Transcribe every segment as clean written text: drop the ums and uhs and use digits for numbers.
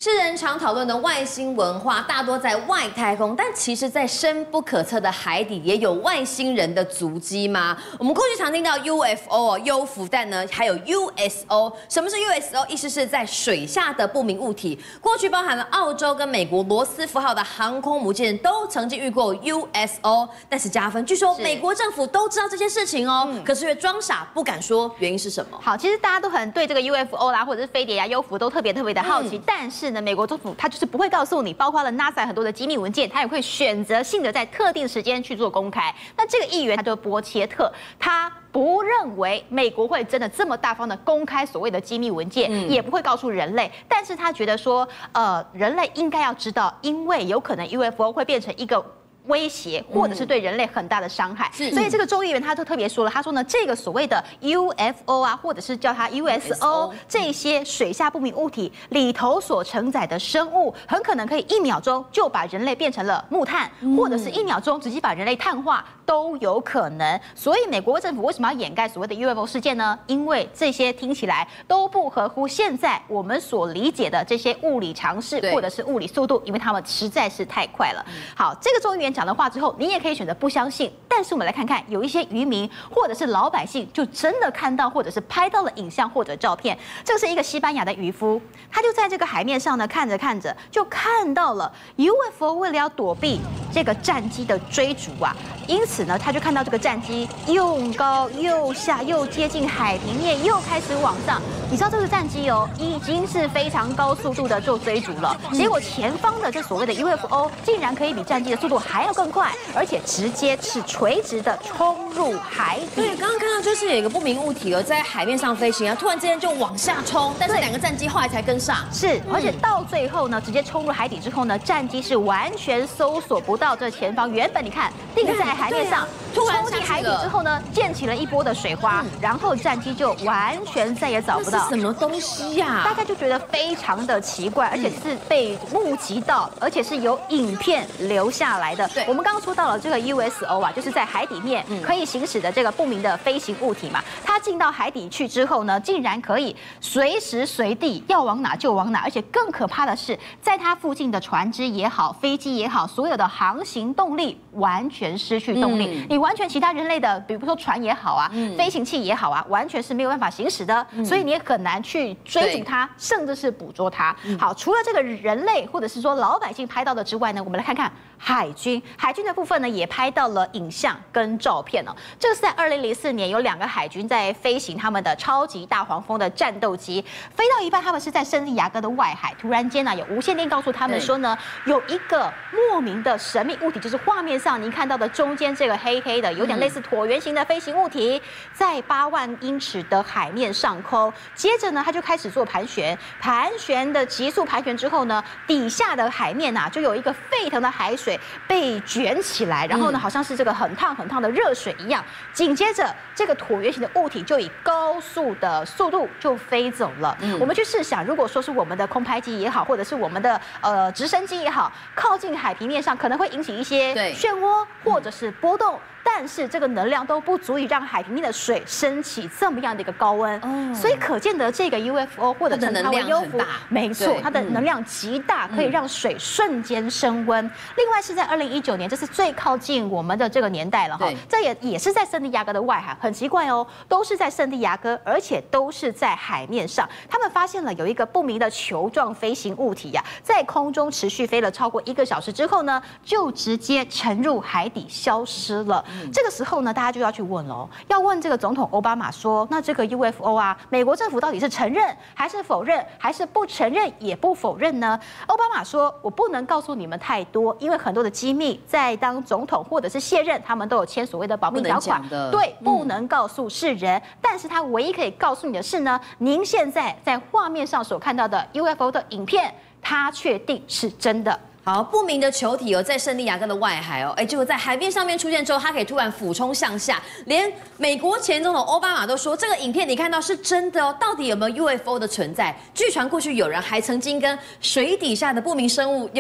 世人常讨论的外星文化，大多在外太空，但其实，在深不可测的海底，也有外星人的足迹吗？我们过去常听到 UFO 幽浮弹呢，还有 USO。什么是 USO？ 意思是在水下的不明物体。过去包含了澳洲跟美国罗斯福号的航空母舰都曾经遇过 USO， 但是加分，据说美国政府都知道这件事情哦，可是却装傻不敢说，原因是什么？ 好，其实大家都很对这个 UFO 啦，或者是飞碟呀、幽浮都特别的好奇，但是呢，美国政府它就是不会告诉你，包括了 NASA 很多的机密文件，它也会选择性的在特定时间去做公开。那这个议员他就波切特，他不认为美国会真的这么大方的公开所谓的机密文件，也不会告诉人类，但是他觉得说，人类应该要知道，因为有可能 UFO 会变成一个威胁，或者是对人类很大的伤害，所以这个众议员他就特别说了，他说呢，这个所谓的 UFO 啊，或者是叫它 USO 这些水下不明物体里头所承载的生物，很可能可以1秒钟就把人类变成了木炭，或者是1秒钟直接把人类碳化都有可能。所以美国政府为什么要掩盖所谓的 UFO 事件呢？因为这些听起来都不合乎现在我们所理解的这些物理常识或者是物理速度，因为他们实在是太快了。好，这个众议员讲的话之后，你也可以选择不相信，但是我们来看看，有一些渔民或者是老百姓就真的看到或者是拍到了影像或者照片。这是一个西班牙的渔夫，他就在这个海面上呢看着看着，就看到了 UFO 为了要躲避这个战机的追逐啊，因此呢，他就看到这个战机又高又下，又接近海平面，又开始往上。你知道这个战机哦，已经是非常高速度的做追逐了，结果前方的这所谓的 UFO 竟然可以比战机的速度还要更快，而且直接是垂直的冲入海底。 对，刚刚看到就是有一个不明物体在海面上飞行啊，突然之间就往下冲，但是2个战机后来才跟上。 是，而且到最后呢，直接冲入海底之后呢，战机是完全搜索不到这前方。原本你看定在海面上，突然冲进海底之后呢，溅起了一波的水花，然后战机就完全再也找不到。 什么东西呀？ 大家就觉得非常的奇怪，而且是被目击到，而且是有影片留下来的。我们刚刚说到了这个 USO 啊，就是在海底面可以行驶的这个不明的飞行物体嘛。它进到海底去之后呢，竟然可以随时随地要往哪就往哪，而且更可怕的是，在它附近的船只也好，飞机也好，所有的航行动力完全失去动力，你完全其他人类的，比如说船也好啊，飞行器也好啊，完全是没有办法行驶的，所以你也很难去追逐它，甚至是捕捉它。好，除了这个人类或者是说老百姓拍到的之外呢，我们来看看海军的部分呢，也拍到了影像跟照片哦。这个是在2004年，有2个海军在飞行他们的超级大黄蜂的战斗机，飞到一半，他们是在圣地亚哥的外海，突然间呢，有无线电告诉他们说呢，有一个莫名的神秘物体，就是画面上您看到的中间这个黑黑的，有点类似椭圆形的飞行物体，在8万英尺的海面上空。接着呢，他就开始做盘旋的急速盘旋之后呢，底下的海面啊，就有一个沸腾的海水被卷起来，然后呢，好像是这个很烫的热水一样。紧接着，这个椭圆形的物体就以高速的速度就飞走了。我们去试想，如果说是我们的空拍机也好，或者是我们的直升机也好，靠近海平面上，可能会引起一些漩涡或者是波动。但是这个能量都不足以让海平面的水升起这么样的一个高温，所以可见得这个 UFO 或者称它为幽浮，没错，它的能量极大，可以让水瞬间升温。另外是在2019年，这是最靠近我们的这个年代了哈，这也是在圣地亚哥的外海，很奇怪哦，都是在圣地亚哥，而且都是在海面上。他们发现了有一个不明的球状飞行物体呀，在空中持续飞了超过1个小时之后呢，就直接沉入海底消失了。这个时候呢，大家就要去问喽，要问这个总统奥巴马说，那这个 UFO 啊，美国政府到底是承认还是否认，还是不承认也不否认呢？奥巴马说，我不能告诉你们太多，因为很多的机密在当总统或者是卸任，他们都有签所谓的保密条款，对，不能告诉世人。但是他唯一可以告诉你的是呢，您现在在画面上所看到的 UFO 的影片，它确定是真的。 好，不明的球体在圣地亚哥的外海结果在海面上面出现之后，它可以突然俯冲向下，连美国前总统奥巴马都说，这个影片你看到是真的哦，到底有没有 UFO 的存在？据传过去有人还曾经跟水底下的不明生物有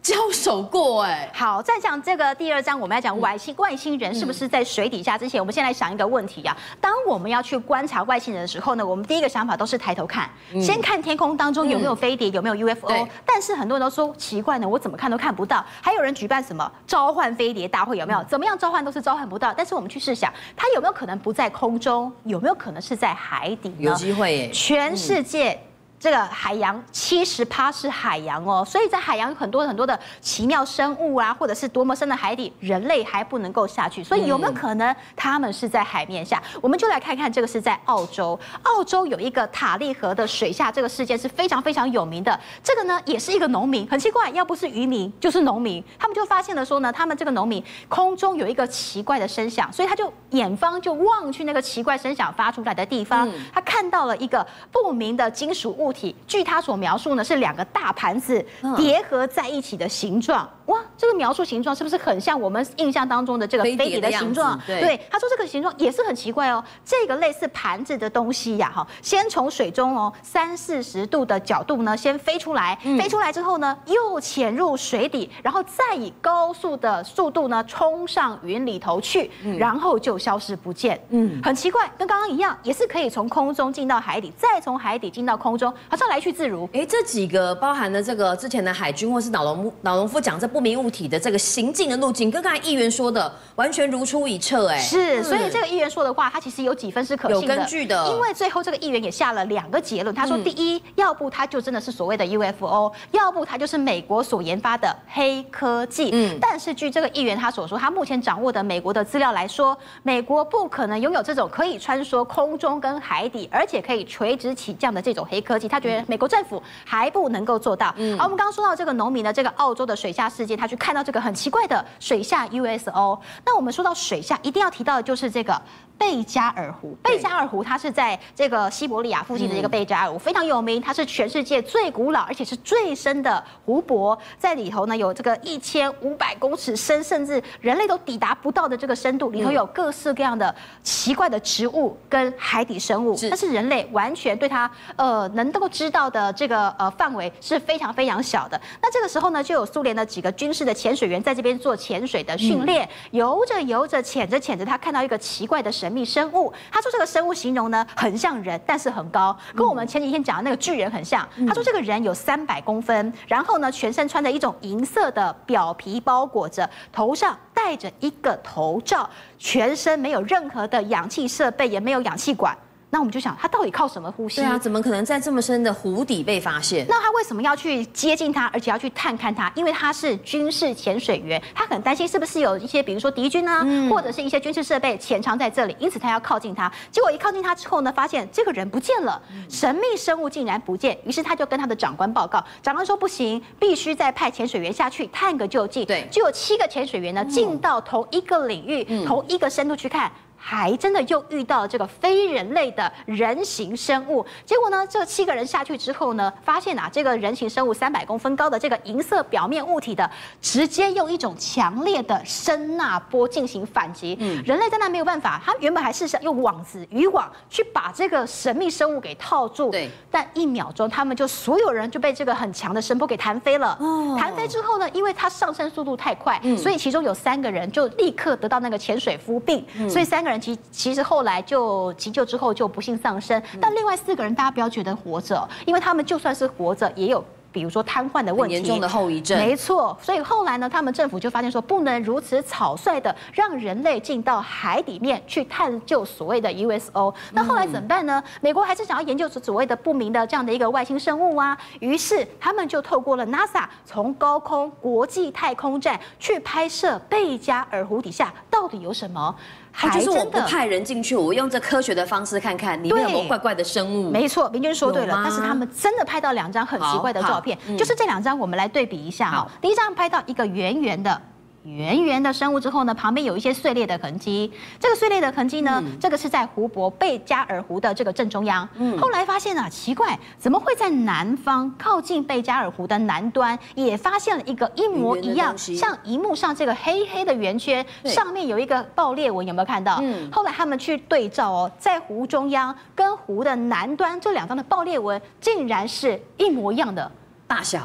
交手过哎。 好，再讲这个第2章，我们要讲外星人是不是在水底下之前，我们先来想一个问题啊。当我们要去观察外星人的时候呢，我们第一个想法都是抬头看，先看天空当中有没有飞碟，有没有 UFO。但是很多人都说奇怪呢，我怎么看都看不到。还有人举办什么召唤飞碟大会，有没有？怎么样召唤都是召唤不到。但是我们去试想，它有没有可能不在空中？有没有可能是在海底呢？ 有机会耶。 全世界。这个海洋70%是海洋哦，所以在海洋有很多的奇妙生物啊，或者是多么深的海底，人类还不能够下去，所以有没有可能他们是在海面下？我们就来看看这个是在澳洲，澳洲有一个塔利河的水下这个事件是非常有名的。这个呢也是一个农民，很奇怪，要不是渔民就是农民，他们就发现了说呢，他们这个农民空中有一个奇怪的声响，所以他就远方就望去那个奇怪声响发出来的地方，他看到了一个不明的金属物。据他所描述呢，是2个大盘子叠合在一起的形状。哇，这个描述形状是不是很像我们印象当中的这个飞碟的形状？对，他说这个形状也是很奇怪哦。这个类似盘子的东西呀，先从水中哦30-40度的角度呢，先飞出来，飞出来之后呢，又潜入水底，然后再以高速的速度呢冲上云里头去，然后就消失不见。很奇怪，跟刚刚一样，也是可以从空中进到海底，再从海底进到空中。好像来去自如。 这几个包含了这个之前的海军或是老农夫讲这不明物体的这个行进的路径，跟刚才议员说的完全如出一辙。 是，所以这个议员说的话，他其实有几分是可信的， 有根据的。 因为最后这个议员也下了2个结论，他说，第一，要不他就真的是所谓的 UFO， 要不他就是美国所研发的黑科技。但是据这个议员他所说，他目前掌握的美国的资料来说，美国不可能拥有这种可以穿梭空中跟海底，而且可以垂直起降的这种黑科技。他觉得美国政府还不能够做到。而我们刚刚说到这个农民的这个澳洲的水下事件，他去看到这个很奇怪的水下 USO。那我们说到水下，一定要提到的就是这个贝加尔湖。贝加尔湖它是在这个西伯利亚附近的一个贝加尔湖，非常有名，它是全世界最古老而且是最深的湖泊，在里头呢有这个1500公尺深，甚至人类都抵达不到的这个深度，里头有各式各样的奇怪的植物跟海底生物，但是人类完全对它能够知道的这个范围是非常小的。那这个时候呢，就有苏联的几个军事的潜水员在这边做潜水的训练，游着潜着，他看到一个奇怪的神秘生物。他说这个生物形容呢很像人，但是很高，跟我们前几天讲的那个巨人很像。他说这个人有300公分，然后呢全身穿着一种银色的表皮包裹着，头上戴着一个头罩，全身没有任何的氧气设备，也没有氧气管。那我们就想，他到底靠什么呼吸？ 对啊，怎么可能在这么深的湖底被发现？ 那他为什么要去接近他，而且要去探看他？因为他是军事潜水员，他很担心是不是有一些，比如说敌军啊，或者是一些军事设备潜藏在这里，因此他要靠近他。结果一靠近他之后呢，发现这个人不见了，神秘生物竟然不见。于是他就跟他的长官报告，长官说不行，必须再派潜水员下去探个究竟。 对， 就有7个潜水员呢进到同一个领域、同一个深度去看。还真的又遇到了这个非人类的人形生物。结果呢，这7个人下去之后呢，发现啊，这个人形生物300公分高的这个银色表面物体的，直接用一种强烈的声呐波进行反击。人类在那没有办法，他原本还是想用渔网去把这个神秘生物给套住。 对， 但1秒钟，他们就所有人就被这个很强的声波给弹飞了。弹飞之后呢，因为它上升速度太快，所以其中有3个人就立刻得到那个潜水夫病，所以3个人其实后来就急救之后就不幸丧生，但另外4个人大家不要觉得活着，因为他们就算是活着也有。比如说瘫痪的问题， 严重的后遗症。 没错，所以后来呢，他们政府就发现说，不能如此草率的让人类进到海里面去探究所谓的 USO。那后来怎么办呢？美国还是想要研究所谓的不明的这样的一个外星生物啊，于是他们就透过了 NASA 从高空国际太空站去拍摄贝加尔湖底下到底有什么。 就是我不派人进去，我用这科学的方式看看里面有没有怪怪的生物。 没错，明君说对了。但是他们真的拍到2张很奇怪的照片，就是这2张我们来对比一下哈。第一张拍到一个圆圆的生物之后呢，旁边有一些碎裂的痕迹。这个碎裂的痕迹呢，这个是在湖泊贝加尔湖的这个正中央。后来发现啊，奇怪，怎么会在南方靠近贝加尔湖的南端也发现了一个一模一样，像荧幕上这个黑黑的圆圈，上面有一个爆裂纹，有没有看到？后来他们去对照哦，在湖中央跟湖的南端这2张的爆裂纹，竟然是一模一样的大小。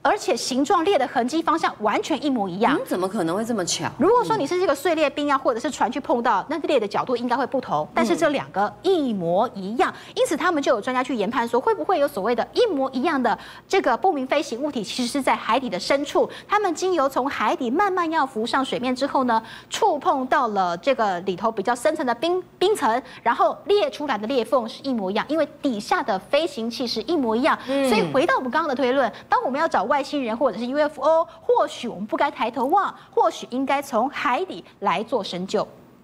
而且形状裂的痕迹方向完全一模一样。 怎么可能会这么巧？ 如果说你是这个碎裂冰啊，或者是船去碰到，那裂的角度应该会不同，但是这两个一模一样，因此他们就有专家去研判说，会不会有所谓的一模一样的这个不明飞行物体，其实是在海底的深处，他们经由从海底慢慢要浮上水面之后呢，触碰到了这个里头比较深层的冰层，然后裂出来的裂缝是一模一样，因为底下的飞行器是一模一样，所以回到我们刚刚的推论，当我们要找外星人或者是 UFO， 或许我们不该抬头望，或许应该从海底来做深究。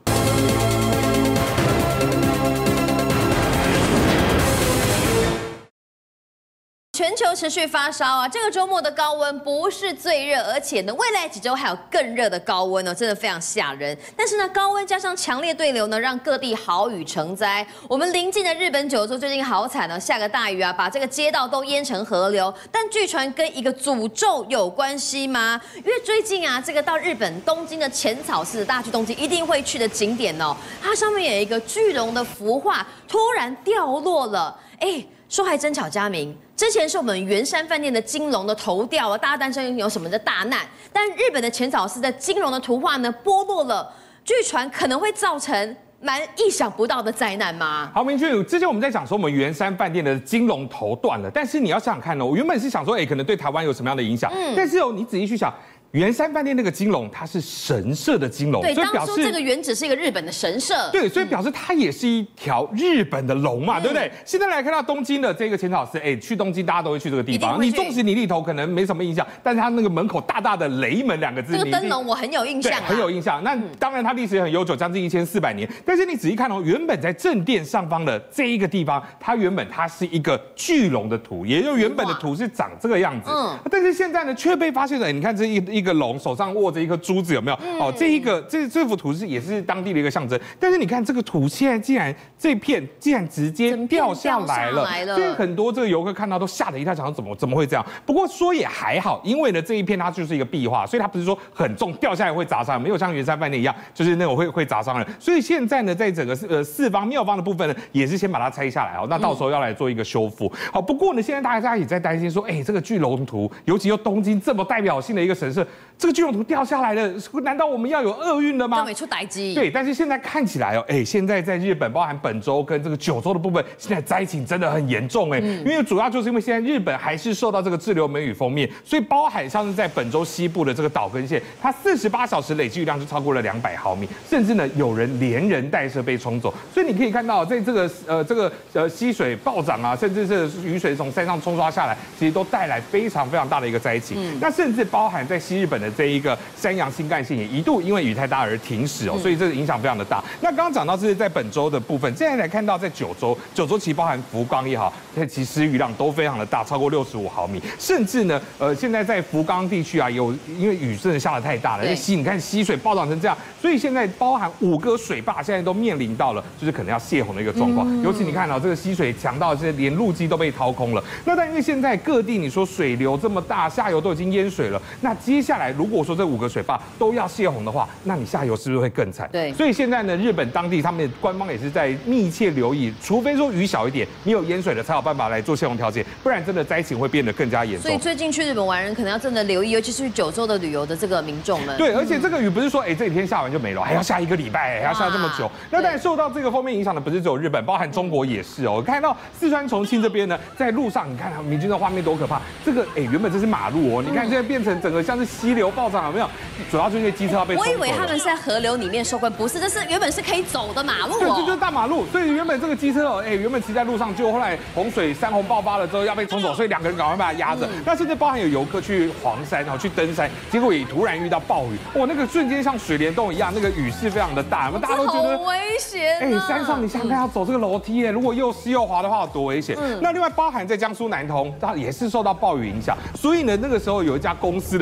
全球持续发烧啊！这个周末的高温不是最热，而且呢，未来几周还有更热的高温哦，真的非常吓人。但是呢，高温加上强烈对流呢，让各地豪雨成灾。我们邻近的日本九州最近好惨哦，下个大雨啊，把这个街道都淹成河流。但据传跟一个诅咒有关系吗？因为最近啊，这个到日本东京的浅草寺，大家去东京一定会去的景点哦，它上面有一个巨龙的幅画，突然掉落了，说还真巧佳明，之前是我们圆山饭店的金龙的头掉啊，大家担心有什么的大难。但日本的浅草寺的金龙的图画呢剥落了，据传可能会造成蛮意想不到的灾难吗？ 好，明确。之前我们在讲说我们圆山饭店的金龙头断了，但是你要想想看哦，我原本是想说，可能对台湾有什么样的影响，但是你仔细去想。圆山饭店那个金龙，它是神社的金龙， 对，当初这个原址是一个日本的神社， 对，所以表示它也是一条日本的龙嘛，对不对？现在来看到东京的这个浅草寺，去东京大家都会去这个地方，你纵使你里头可能没什么印象，但是它那个门口大大的雷门2个字， 这个灯笼我很有印象， 很有印象。那当然它历史也很悠久，将近1400年。但是你仔细看哦，原本在正殿上方的这一个地方，它原本它是一个巨龙的图，也就原本的图是长这个样子，但是现在呢却被发现了，你看这一个龙手上握着一颗珠子，有没有？这幅图也是当地的一个象征。但是你看这个图，现在竟然这片竟然直接掉下来了，所以很多这个游客看到都吓得一跳，想说怎么会这样？不过说也还好，因为呢这一片它就是一个壁画，所以它不是说很重掉下来会砸伤，没有像圆山饭店一样，就是那种会砸伤人。所以现在呢，在整个四方庙方的部分呢，也是先把它拆下来哦，那到时候要来做一个修复。好，不过呢，现在大家也在担心说，这个巨龙图，尤其又东京这么代表性的一个神社，这个巨龙图掉下来了，难道我们要有厄运了吗？ 都没出歹机。 对，但是现在看起来现在在日本，包含本州跟这个九州的部分，现在灾情真的很严重因为主要就是因为现在日本还是受到这个滞留梅雨锋面，所以包含像是在本州西部的这个岛根县，它48小时累计雨量就超过了200毫米，甚至呢有人连人带车被冲走。所以你可以看到，在这个溪水暴涨啊，甚至是雨水从山上冲刷下来，其实都带来非常非常大的一个灾情。那甚至包含在西日本的这一个山阳新干线也一度因为雨太大而停驶所以这个影响非常的大。那刚刚讲到这是在本州的部分，现在来看到在九州其实包含福冈也好，其实雨量都非常的大，超过65毫米，甚至呢，现在在福冈地区啊，因为雨真的下得太大了，你看溪水暴涨成这样，所以现在包含5个水坝现在都面临到了就是可能要泄洪的一个状况。尤其你看到这个溪水强到这连路基都被掏空了。那但因为现在各地你说水流这么大，下游都已经淹水了，那接下来如果说这5个水坝都要泄洪的话，那你下游是不是会更惨？ 对， 所以现在呢，日本当地他们的官方也是在密切留意，除非说雨小一点，你有淹水了才有办法来做泄洪调节，不然真的灾情会变得更加严重。 所以最近去日本玩人可能要真的留意，尤其是去九州的旅游的这个民众们。 对，而且这个雨不是说这几天下完就没了，还要下1个礼拜，还要下这么久。那当然受到这个方面影响的不是只有日本，包含中国也是哦。看到四川重庆这边呢，在路上你看民军的画面多可怕，这个原本这是马路你看现在变成整个像是溪流暴涨，有没有？主要就是因为机车要被冲走了。 我以为他们是在河流里面受困，不是，这是原本是可以走的马路对，这就是大马路。所以原本这个机车原本骑在路上，结果后来洪水山洪爆发了之后要被冲走，所以2个人赶快把它压着。那甚至包含有游客去黄山去登山，结果也突然遇到暴雨，那个瞬间像水帘洞一样，那个雨势非常的大，大家都觉得好危险。 山上你想想看要走这个楼梯如果又湿又滑的话有多危险。那另外包含在江苏南通，它也是受到暴雨影响，所以呢那个时候有一家公司的这个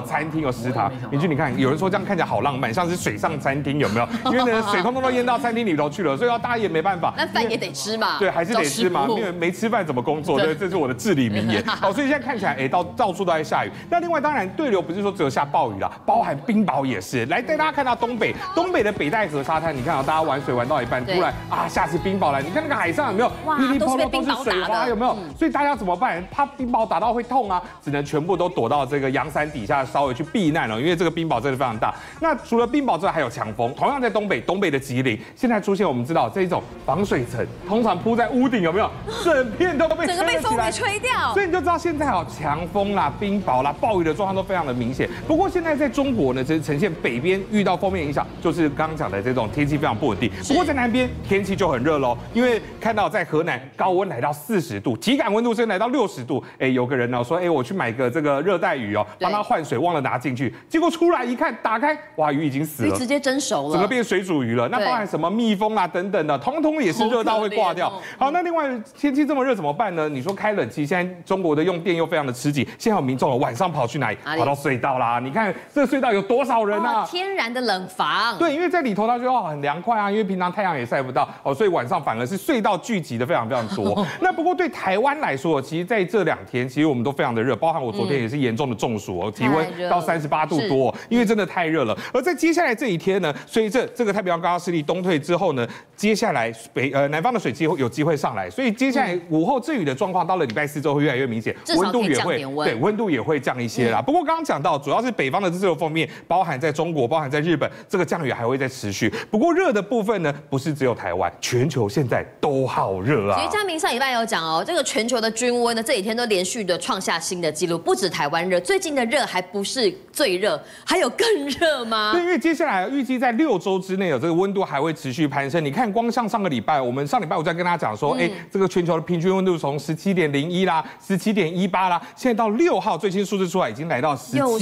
餐厅有食堂。明君，你看，有人说这样看起来好浪漫，像是水上餐厅，有没有？因为呢，水通通都淹到餐厅里头去了，所以大家也没办法。 那饭也得吃嘛。 对，还是得吃嘛，因为没吃饭怎么工作？对，这是我的至理名言。好，所以现在看起来，到处都在下雨。那另外，当然对流不是说只有下暴雨啦，包含冰雹也是。来带大家看到东北的北戴河沙滩，你看大家玩水玩到一半，突然下起冰雹来，你看那个海上有没有？ 哇，都是被冰雹打的， 有没有？所以大家怎么办？怕冰雹打到会痛啊，只能全部都躲到这个阳伞底下，稍微去避难了，因为这个冰雹真的非常大。那除了冰雹之外，还有强风，同样在东北的吉林，现在出现我们知道这一种防水层，通常铺在屋顶，有没有？整片都被整个被风给吹掉， 所以你就知道现在强风啦、冰雹啦、暴雨的状况都非常的明显。不过现在在中国呢，这是呈现北边遇到锋面影响，就是刚刚讲的这种天气非常不稳定。不过在南边天气就很热喽，因为看到在河南高温来到40度，体感温度甚至来到60度。有个人呢说，我去买个这个热带鱼帮他换水，忘了拿进去，结果出来一看，打开，哇，鱼已经死了， 鱼直接蒸熟了， 整个变水煮鱼了。那包含什么蜜蜂啦等等的，通通也是热到会挂掉。好，那另外天气这么热怎么办呢？你说开冷气，现在中国的用电又非常的吃紧，现在有民众晚上跑去哪里？跑到隧道啦。你看这个隧道有多少人啊？ 天然的冷房。 对，因为在里头它就很凉快啊，因为平常太阳也晒不到所以晚上反而是隧道聚集的非常非常多。那不过对台湾来说，其实在这2天，其实我们都非常的热，包含我昨天也是严重的中暑体温到38度多，因为真的太热了。而在接下来这一天呢，随着这个太平洋高压势力东退之后呢，接下来南方的水汽有机会上来，所以接下来午后阵雨的状况到了礼拜4之后会越来越明显，温度也会降一些啦。不过刚刚讲到，主要是北方的自由锋面，包含在中国，包含在日本，这个降雨还会再持续。不过热的部分呢，不是只有台湾，全球现在都好热啊。 其实嘉明上礼拜有讲这个全球的均温呢，这几天都连续的创下新的纪录，不止台湾热，最近的热还不是最热，还有更热吗？ 对，因为接下来预计在6周之内这个温度还会持续攀升。你看，光像上个礼拜，我们上礼拜我在跟大家讲说，这个全球的平均温度从17.01啦、17.18啦，现在到6号最新数字出来，已经来到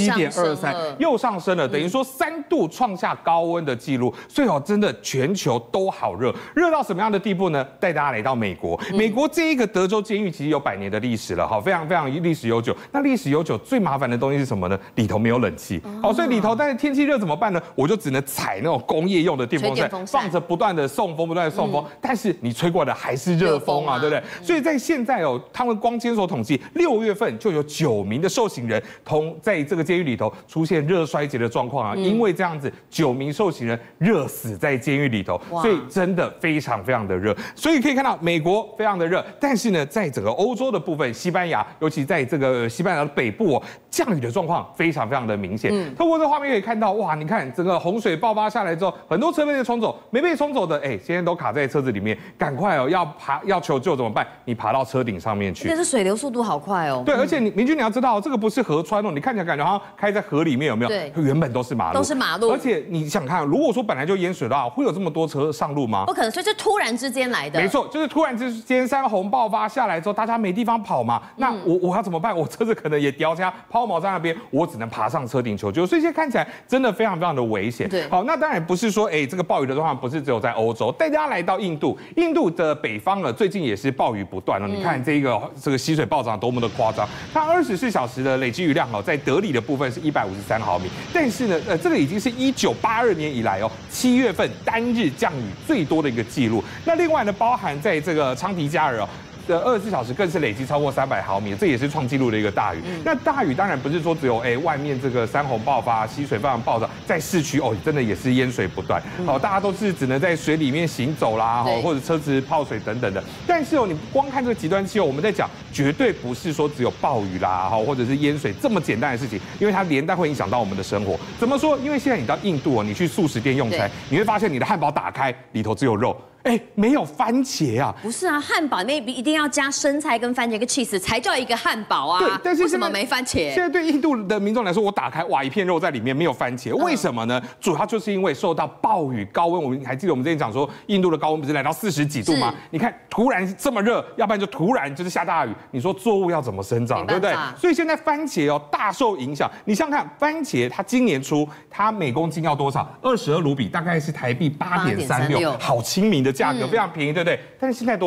17.23，又上升了，等于说3度创下高温的记录。所以真的全球都好热，热到什么样的地步呢？带大家来到美国，美国这一个德州监狱其实有100年的历史了，非常非常历史悠久。那历史悠久最麻烦的东西是什么呢？里头没有冷气，所以里头但是天气热怎么办呢？我就只能采那种工业用的电风扇，放着不断的送风，但是你吹过来的还是热风啊，对不对？所以在现在他们光监所统计，6月份就有9名的受刑人在这个监狱里头出现热衰竭的状况啊，因为这样子9名受刑人热死在监狱里头，所以真的非常非常的热。所以可以看到美国非常的热，但是呢，在整个欧洲的部分，西班牙，尤其在这个西班牙的北部降雨的状况非常非常的明显。透过这画面可以看到，哇，你看整个洪水爆发下来之后，很多车被冲走，没被冲走的，现在都卡在车子里面，赶快要求救怎么办？你爬到车顶上面去。 这是水流速度好快对，而且明君你要知道，这个不是河川你看起来感觉好像开在河里面，有没有？ 对， 原本都是马路，而且你想看，如果说本来就淹水的话，会有这么多车上路吗？ 不可能，所以是突然之间来的。 没错，就是突然之间山洪爆发下来之后，大家没地方跑嘛，那我要怎么办？我车子可能也掉下抛锚在那边，我只能爬上车顶求救，所以现在看起来真的非常非常的危险。 对， 好，那当然不是说这个暴雨的状况不是只有在欧洲，带大家来到印度，印度的北方最近也是暴雨不断你看这个溪水暴涨多么的夸张，它24小时的累积雨量在德里的部分是153毫米，但是呢这个已经是1982年以来7月份单日降雨最多的一个记录。那另外呢，包含在这个昌迪加尔的24小时更是累积超过300毫米，这也是创纪录的一个大雨。那大雨当然不是说只有外面这个山洪爆发、溪水非常暴涨，在市区真的也是淹水不断。大家都是只能在水里面行走啦，或者车子泡水等等的。但是你光看这个极端气候，我们在讲绝对不是说只有暴雨啦，或者是淹水这么简单的事情，因为它连带会影响到我们的生活。怎么说？因为现在你到印度你去素食店用餐，你会发现你的汉堡打开里头只有肉。没有番茄啊？ 不是啊，汉堡里面一定要加生菜跟番茄跟 cheese 才叫一个汉堡啊。 对，但是为什么没番茄？ 现在对印度的民众来说，我打开哇一片肉在里面，没有番茄，为什么呢？主要就是因为受到暴雨高温。我们还记得我们之前讲说，印度的高温不是来到40几度吗？你看突然这么热，要不然就突然就是下大雨，你说作物要怎么生长，对不对？所以现在番茄大受影响。你想想看，番茄它今年初它每公斤要多少？22卢比，大概是台币8.36，好亲民的价格，非常便宜。对不对？但是现在多少？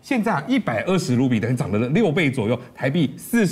现在120卢比等于涨了6倍左右，台币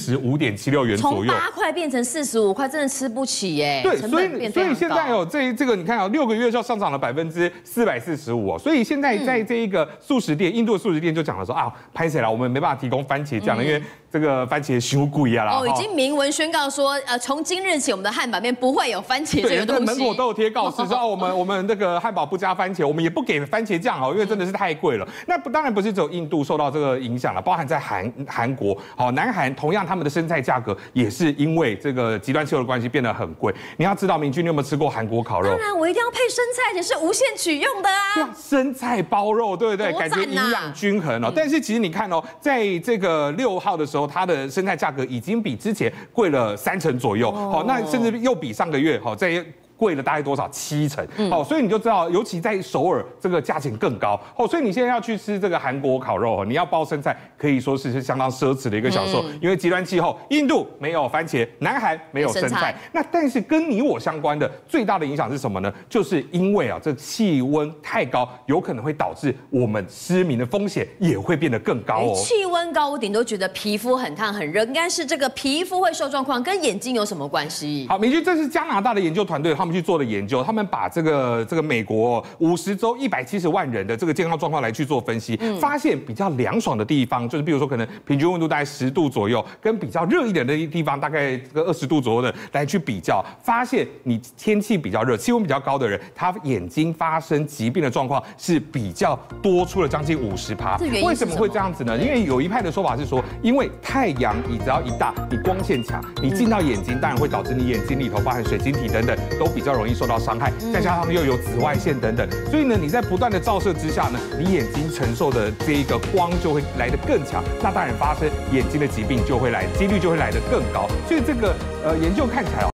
45.76元左右。 从8块变成45块，真的吃不起耶。 对，所以现在这个你看6个月就上涨了445%哦。所以现在在这一个素食店，印度的素食店就讲了说啊，拍起来我们没办法提供番茄酱了，因为这个番茄太贵啊啦。 已经明文宣告说，从今日起我们的汉堡面不会有番茄这个东西。 门口都有贴告示说，我们这个汉堡不加番茄，我们也不给番茄酱哦，因为真的是太贵了。那当然不是只有印度受到这个影响了，包含在韩国，南韩同样他们的生菜价格也是因为这个极端气候的关系变得很贵。你要知道，明君你有没有吃过韩国烤肉？ 当然，我一定要配生菜，而且是无限取用的啊。 对啊，生菜包肉，对不对？感觉营养均衡哦。但是其实你看哦，在这个6号的时候，它的生菜价格已经比之前贵了30%左右。好，那甚至又比上个月在贵了大概多少？7成。好，所以你就知道，尤其在首尔，这个价钱更高。哦，所以你现在要去吃这个韩国烤肉，你要包生菜，可以说是相当奢侈的一个享受。因为极端气候，印度没有番茄，南韩没有生菜。那但是跟你我相关的最大的影响是什么呢？就是因为这气温太高，有可能会导致我们失明的风险也会变得更高哦。 气温高，我顶多觉得皮肤很烫很热，应该是这个皮肤会受状况，跟眼睛有什么关系？ 好，明君，这是加拿大的研究团队他们去做的研究，他们把这个美国50州170万人的这个健康状况来去做分析，发现比较凉爽的地方，就是比如说可能平均温度大概10度左右，跟比较热一点的地方大概这个20度左右的来去比较，发现你天气比较热、气温比较高的人，他眼睛发生疾病的状况是比较多出了将近50%。为什么会这样子呢？因为有一派的说法是说，因为太阳你只要一大，你光线强，你进到眼睛，当然会导致你眼睛里头包含水晶体等等都比较容易受到伤害，再加上又有紫外线等等，所以呢，你在不断的照射之下呢，你眼睛承受的这一个光就会来得更强，那当然发生眼睛的疾病就会几率就会来得更高。所以这个研究看起来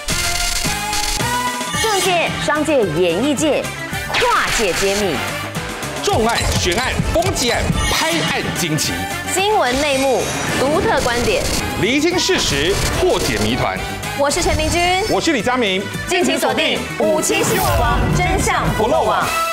政界、商界、演艺界跨界揭秘， 重案、悬案、攻击案、拍案惊奇， 新闻内幕、独特观点， 厘清事实，破解谜团。 我是陈明君， 我是李佳明， 敬请锁定57新闻网，真相不漏网。